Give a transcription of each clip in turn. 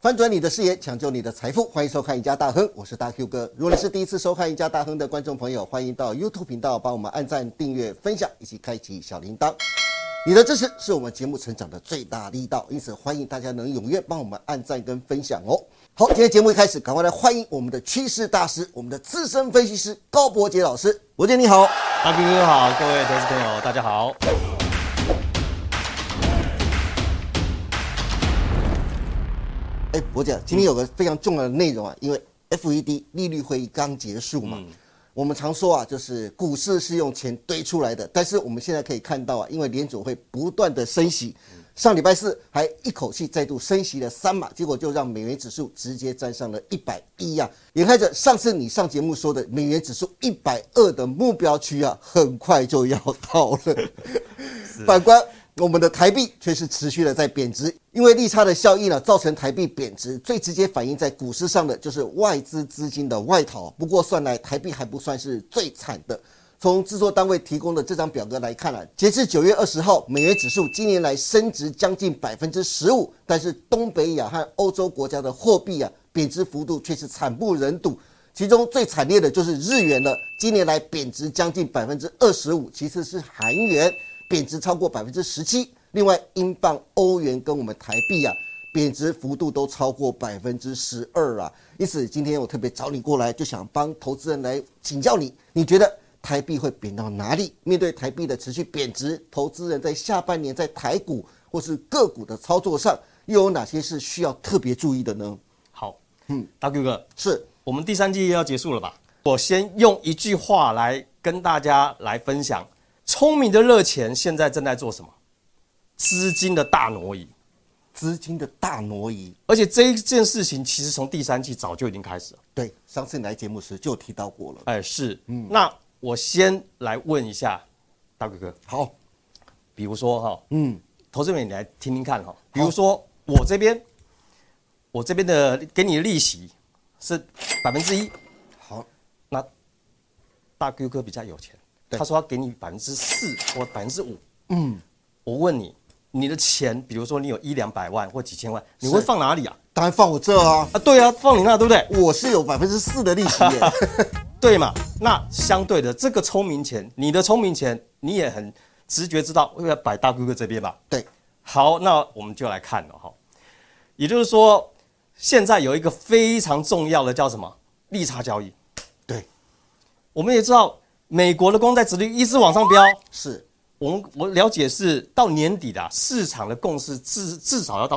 翻转你的视野，抢救你的财富，欢迎收看《赢家大亨》，我是大 Q 哥。如果你是第一次收看《赢家大亨》的观众朋友，欢迎到 YouTube 频道帮我们按赞、订阅、分享，以及开启小铃铛。你的支持是我们节目成长的最大力道，因此欢迎大家能踊跃帮我们按赞跟分享哦。好，今天节目一开始，赶快来欢迎我们的趋势大师，我们的资深分析师高伯杰老师。伯杰你好， 大 Q 哥好，各位投资朋友大家好。 伯杰，今天有个非常重要的内容啊，因为 FED 利率会议刚结束嘛。我们常说啊，就是股市是用钱堆出来的，但是我们现在可以看到啊，因为联准会不断的升息，上礼拜四还一口气再度升息了3码，结果就让美元指数直接站上了110啊，眼看着上次你上节目说的美元指数120的目标区啊，很快就要到了。反观我们的台币却是持续的在贬值，因为利差的效应呢，造成台币贬值，最直接反映在股市上的就是外资资金的外逃。不过算来，台币还不算是最惨的。从制作单位提供的这张表格来看啊，截至9月20号，美元指数今年来升值将近15%，但是东北亚和欧洲国家的货币啊，贬值幅度却是惨不忍睹。其中最惨烈的就是日元了，今年来贬值将近25%，其次是韩元。贬值超过17%，另外英镑、欧元跟我们台币啊，贬值幅度都超过12%啊。因此今天我特别找你过来，就想帮投资人来请教你，你觉得台币会贬到哪里？面对台币的持续贬值，投资人在下半年在台股或是个股的操作上，又有哪些是需要特别注意的呢？ 好，大 Q 哥， 是我们第3季要结束了吧？我先用一句话来跟大家来分享。聪明的热钱现在正在做什么？资金的大挪移， 资金的大挪移， 而且这一件事情其实从第3季早就已经开始了。 对，上次你来节目时就有提到过了。 是，那我先来问一下大哥哥， 好， 比如说哈，投资人你来听听看哈，比如说我这边的给你的利息是1%， 好， 那大哥哥比较有钱。他说要给你4%或5%，我问你，你的钱，比如说你有100-200万或几千万，你会放哪里啊？ 当然放我这啊！ 对啊，放你那，对不对？ 我是有4%的利息耶， 对嘛？那相对的，这个聪明钱，你的聪明钱，你也很直觉知道要摆大哥哥这边吧？ 对。好， 那我们就来看了哈，也就是说，现在有一个非常重要的叫什么？利差交易。 对， 我们也知道。美国的公债殖利率一直往上飙， 是我了解是到年底的市场的共识至少要到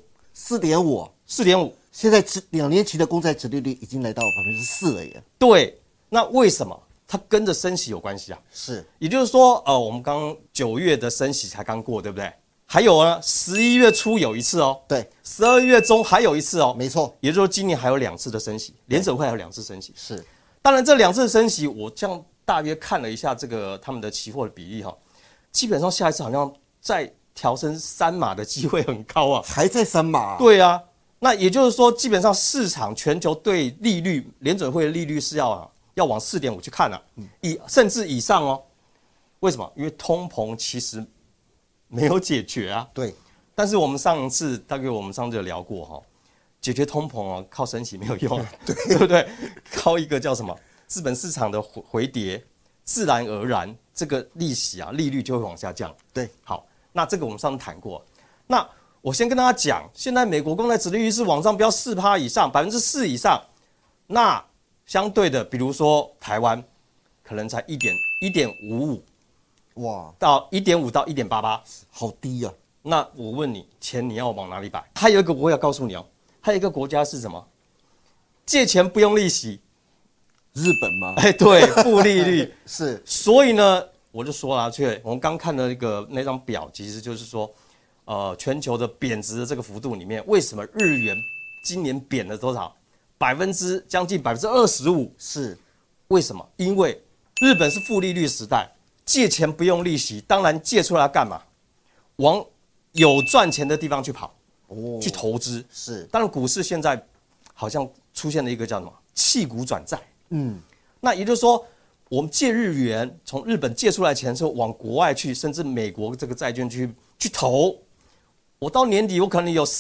4.5，4.5。 现在2年期的公债殖利率已经来到4%了耶。 对，那为什么它跟着升息有关系啊？ 是， 也就是说，我们刚9月的升息才刚过，对不对？还有呢，11月初有一次哦， 对 ，12月中还有一次哦， 没错。 也就是说，今年还有2次的升息，联准会还有2次升息。 是， 当然这2次升息，我这样。大约看了一下这个他们的期货的比例哈，基本上下一次好像再调升3码的机会很高啊， 还在3码、啊。 对啊，那也就是说，基本上市场全球对利率联准会的利率是要往4.5去看啊，甚至以上哦。为什么？因为通膨其实没有解决啊。 对。 但是我们上次大概我们上次有聊过哈，解决通膨啊靠升息没有用，对不对？靠一个叫什么？资本市场的回跌，自然而然这个利息啊利率就会往下降。 对， 好，那这个我们上次谈过。那我先跟大家讲，现在美国公债殖利率是往上飙4%以上，4%以上。那相对的，比如说台湾，可能才1.55， 哇， 到1.5到1.88， 好低啊。 那我问你，钱你要往哪里摆？还有一个我要告诉你哦，还有一个国家是什么？借钱不用利息。 日本吗？ 对，负利率是， 所以呢，我就说了，我们刚看的那张表，其实就是说，全球的贬值的这个幅度里面，为什么日元今年贬了多少？将近25%？ 是， 为什么？因为日本是负利率时代，借钱不用利息，当然借出来干嘛？往有赚钱的地方去跑，去投资。 是， 当然股市现在好像出现了一个叫什么弃股转债。那也就是说，我们借日元从日本借出来钱之后往国外去，甚至美国这个债券去投， 我到年底我可能有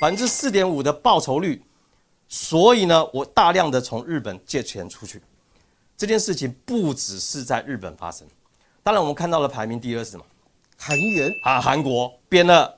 4.5%的报酬率，所以呢，我大量的从日本借钱出去。这件事情不只是在日本发生，当然我们看到了排名第2是什么？ 韩元啊，韩国贬了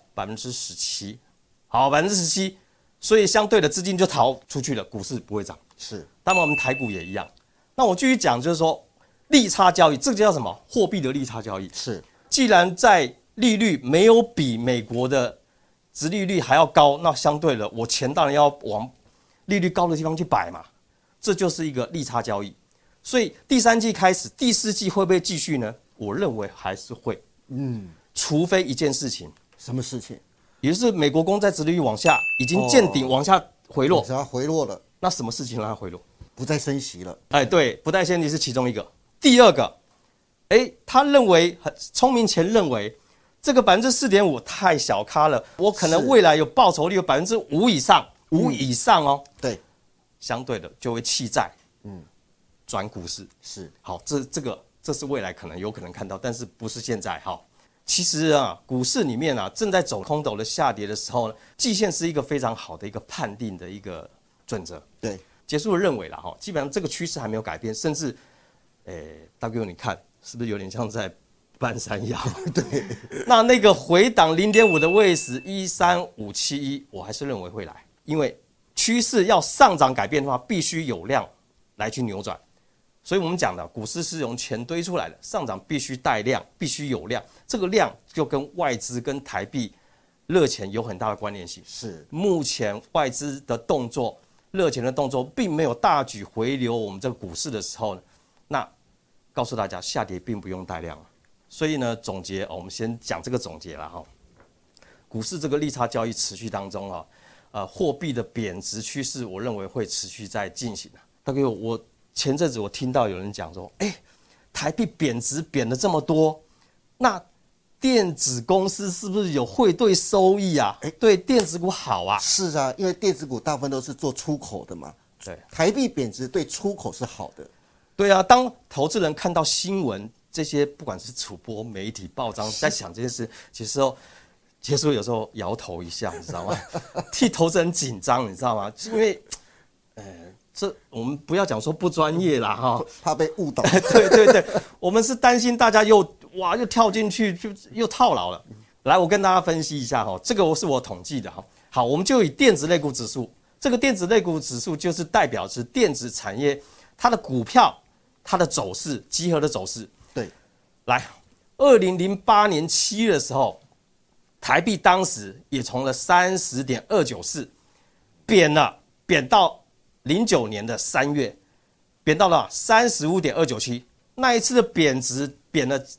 17%，好，17%，所以相对的资金就逃出去了，股市不会涨。 是， 当然我们台股也一样。那我继续讲，就是说利差交易，这个叫什么？货币的利差交易。 是， 既然在利率没有比美国的殖利率还要高，那相对的，我钱当然要往利率高的地方去摆嘛，这就是一个利差交易。所以第3季开始，第4季会不会继续呢？我认为还是会，除非一件事情， 什么事情？ 也就是美国公债殖利率往下已经见顶，往下回落， 只要回落了， 那什么事情让它回落？ 不再升息了。 哎，对，不再升息是其中一个。第二个，他认为很聪明钱认为这个4.5%太小咖了，我可能未来有报酬率有5%以上，5%以上哦。 对， 相对的就会弃债，转股市。 是， 好，这是未来有可能看到，但是不是现在。好，其实啊，股市里面啊正在走空头的下跌的时候呢，季线是一个非常好的一个判定的一个准则。 对， 结束了认为了哈，基本上这个趋势还没有改变，甚至，大哥你看是不是有点像在半山腰？ 对， 那个回档0.5的位置13571，我还是认为会来，因为趋势要上涨改变的话，必须有量来去扭转。所以我们讲的股市是用钱堆出来的，上涨必须带量，必须有量，这个量就跟外资跟台币热钱有很大的关联性。 是， 目前外资的动作、热钱的动作并没有大举回流我们这个股市的时候呢，那告诉大家下跌并不用带量。所以呢，总结我们先讲这个总结了哈。股市这个利差交易持续当中货币的贬值趋势，我认为会持续在进行。大概我前阵子我听到有人讲说，台币贬值贬了这么多，那电子公司是不是有汇兑收益啊？对电子股好啊。 是啊，因为电子股大部分都是做出口的嘛。 对， 台币贬值对出口是好的。 对啊，当投资人看到新闻这些，不管是主播、媒体、报章在想这件事，其实有时候摇头一下，你知道吗？替投资人紧张，你知道吗？因为，这我们不要讲说不专业啦哈， 怕被误导。 对，我们是担心大家又跳进去就又套牢了。来，我跟大家分析一下哈，这个是我统计的哈。好，我们就以电子类股指数，这个电子类股指数就是代表是电子产业它的股票它的走势集合的走势。 对， 来，2008年7月的时候，台币当时也从了30.294贬到09年的3月，贬到了35.297，那一次的贬值贬了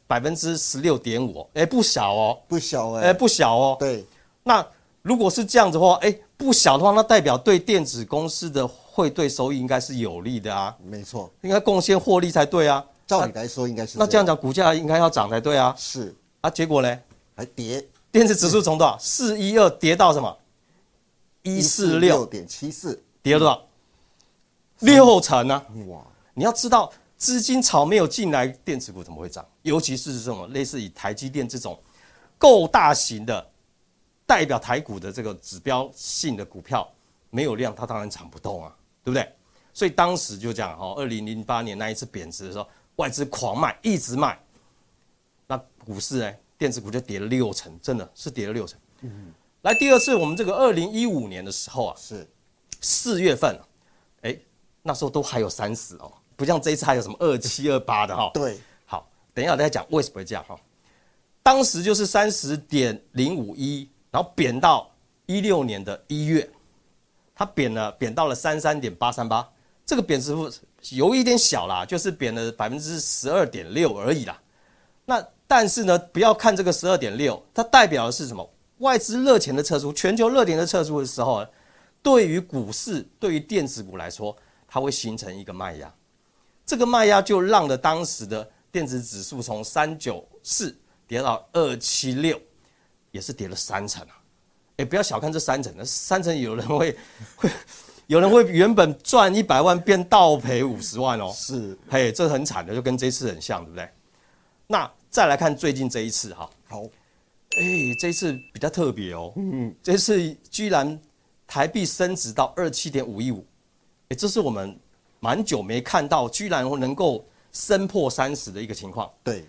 16.5%，不小哦， 不小不小哦。 对， 那如果是这样子的话，不小的话，那代表对电子公司的汇兑收益应该是有利的啊， 没错， 应该贡献获利才对啊。 照理来说应该是那这样讲，股价应该要涨才对啊。 是啊，结果呢？ 还跌， 电子指数从多少412跌到什么 146.74， 跌了多少？60%啊！ 哇， 你要知道，资金潮没有进来，电子股怎么会涨？尤其是这种类似以台积电这种够大型的代表台股的这个指标性的股票，没有量，它当然涨不动啊，对不对？所以当时就这样2008年那一次贬值的时候，外资狂卖，一直卖，那股市呢，电子股就跌了60%，真的是跌了60%。来，第二次我们这个2015年的时候啊， 是 4月份，那时候都还有30哦，不像这一次还有什么27、28的哈。 对， 好，等一下再讲为什么会这样哈。当时就是30.051，然后贬到16年的1月，它贬到了33.838，这个贬值幅有一点小啦，就是贬了12.6%而已啦。那但是呢，不要看这个12.6，它代表的是什么？外资热钱的撤出，全球热钱的撤出的时候，对于股市、对于电子股来说，它会形成一个卖压。这个卖压就让了当时的电子指数从394跌到276，也是跌了30%啊！不要小看这30%，那30%有人会原本赚100万变倒赔50万哦。 是， 这很惨的，就跟这次很像，对不对？那再来看最近这一次哈， 好， 这次比较特别哦，这次居然台币升值到27.515，这是我们蛮久没看到，居然能够升破30的一个情况。 对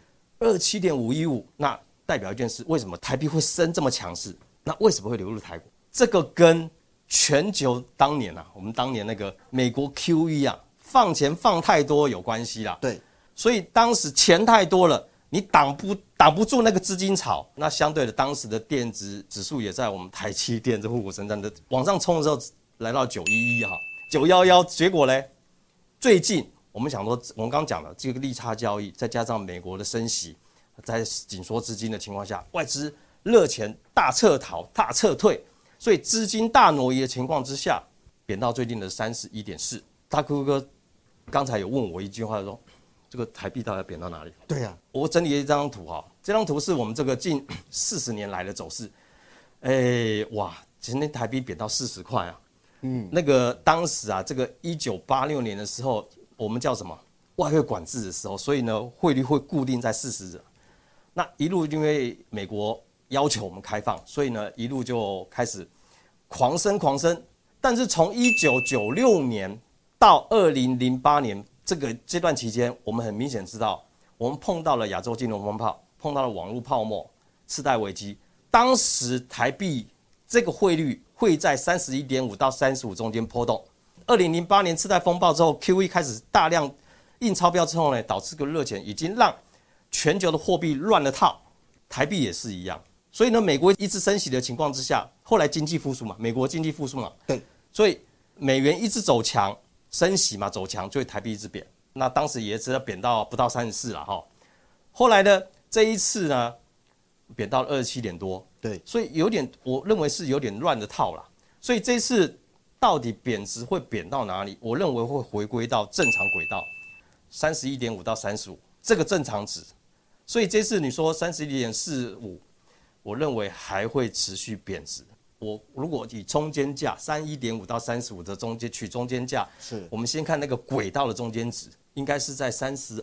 ，27.515，那代表一件事，为什么台币会升这么强势？那为什么会流入台股？这个跟全球当年啊，我们当年那个美国 QE 啊，放钱放太多有关系啦。 对， 所以当时钱太多了，你挡不住那个资金潮。那相对的，当时的电子指数也在我们台积电这虎虎生风的往上冲的时候，来到911哈，911，结果嘞，最近我们想说，我们刚刚讲了这个利差交易，再加上美国的升息，在紧缩资金的情况下，外资热钱大撤逃、大撤退，所以资金大挪移的情况之下，贬到最近的31.4。大哥哥刚才有问我一句话说，这个台币到底要贬到哪里？ 对呀， 我整理了一张图哈，这张图是我们这个近40年来的走势。哇，今天台币贬到40块啊。那个当时啊，这个1986年的时候，我们叫什么外汇管制的时候，所以呢，汇率会固定在40。那一路因为美国要求我们开放，所以呢，一路就开始狂升。但是从1996年到2008年这段期间，我们很明显知道，我们碰到了亚洲金融风暴，碰到了网络泡沫、次贷危机。当时台币这个汇率会在31.5到35中间波动。2008年次贷风暴之后 ，QE 开始大量印钞票之后呢，导致个热钱已经让全球的货币乱了套，台币也是一样。所以呢，美国一直升息的情况之下，后来经济复苏嘛，美国经济复苏嘛， 对， 所以美元一直走强，升息嘛走强，所以台币一直贬。那当时也只要贬到不到34了哈。后来呢，这一次呢，贬到了27点多， 对， 所以有点，我认为是有点乱的套啦。所以这次到底贬值会贬到哪里？我认为会回归到正常轨道，31.5到35这个正常值。所以这次你说31.45，我认为还会持续贬值。我如果以中间价31.5到35的中间取中间价， 是我们先看那个轨道的中间值，应该是在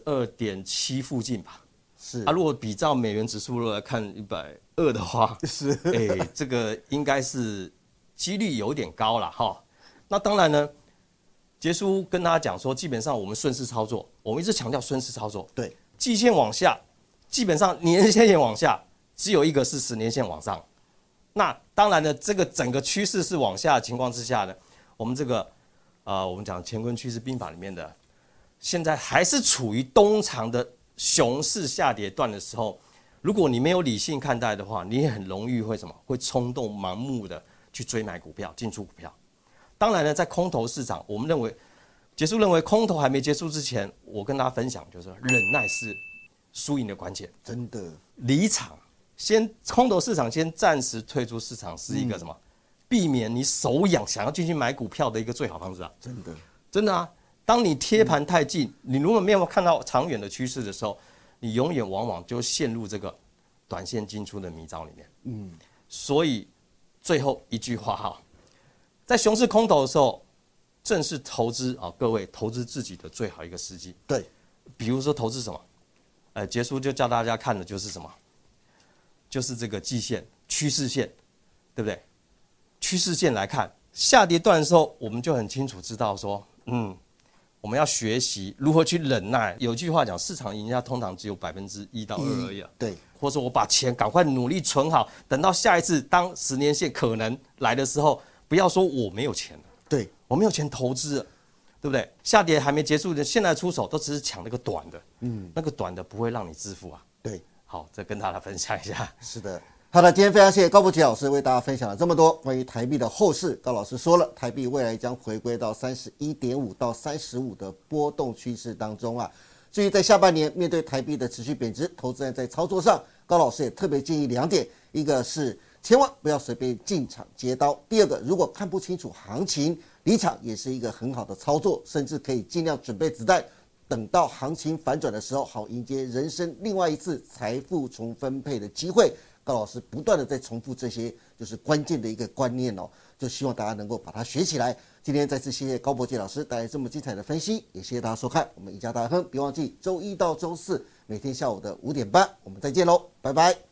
32.7附近吧。 是如果比照美元指数来看120的话， 是， 这个应该是几率有点高了哈。那当然呢，杰叔跟大家讲说，基本上我们顺势操作，我们一直强调顺势操作。 对， 季线往下，基本上年线往下，只有一个是10年线往上。那当然呢，这个整个趋势是往下的情况之下呢，我们这个我们讲乾坤趋势兵法里面的，现在还是处于东长的熊市下跌段的时候，如果你没有理性看待的话，你也很容易会什么？会冲动盲目的去追买股票、进出股票。当然呢，在空头市场，我们认为，杰叔认为空头还没结束之前，我跟大家分享就是忍耐是输赢的关键。 真的， 离场，先空头市场先暂时退出市场是一个什么？避免你手痒想要进去买股票的一个最好方式啊！真的啊！当你贴盘太近，你如果没有看到长远的趋势的时候，你永远往往就陷入这个短线进出的迷障里面。所以最后一句话哈，在熊市空头的时候，正是投资啊，各位投资自己的最好一个时机。 对， 比如说投资什么？杰叔就教大家看的就是什么？就是这个季线、趋势线，对不对？趋势线来看，下跌段的时候，我们就很清楚知道说，我们要学习如何去忍耐。有句话讲，市场赢家通常只有1%到2%而已。 对， 或者说我把钱赶快努力存好，等到下一次当10年线可能来的时候，不要说我没有钱了， 对， 我没有钱投资了，对不对？下跌还没结束的，现在出手都只是抢那个短的，那个短的不会让你致富啊。 对， 好，再跟大家分享一下。 是的。好的，今天非常谢谢高博奇老师为大家分享了这么多关于台币的后市。高老师说了，台币未来将回归到31.5到35的波动趋势当中啊。至于在下半年面对台币的持续贬值，投资人在操作上，高老师也特别建议2点：一个是千万不要随便进场接刀；第二个，如果看不清楚行情，离场也是一个很好的操作，甚至可以尽量准备子弹，等到行情反转的时候，好迎接人生另外一次财富重分配的机会。高老师不断的在重复这些就是关键的一个观念哦，就希望大家能够把它学起来。今天再次谢谢高博杰老师带来这么精彩的分析，也谢谢大家收看我们赢家大亨。别忘记周1到周4每天下午的5点半，我们再见喽，拜拜。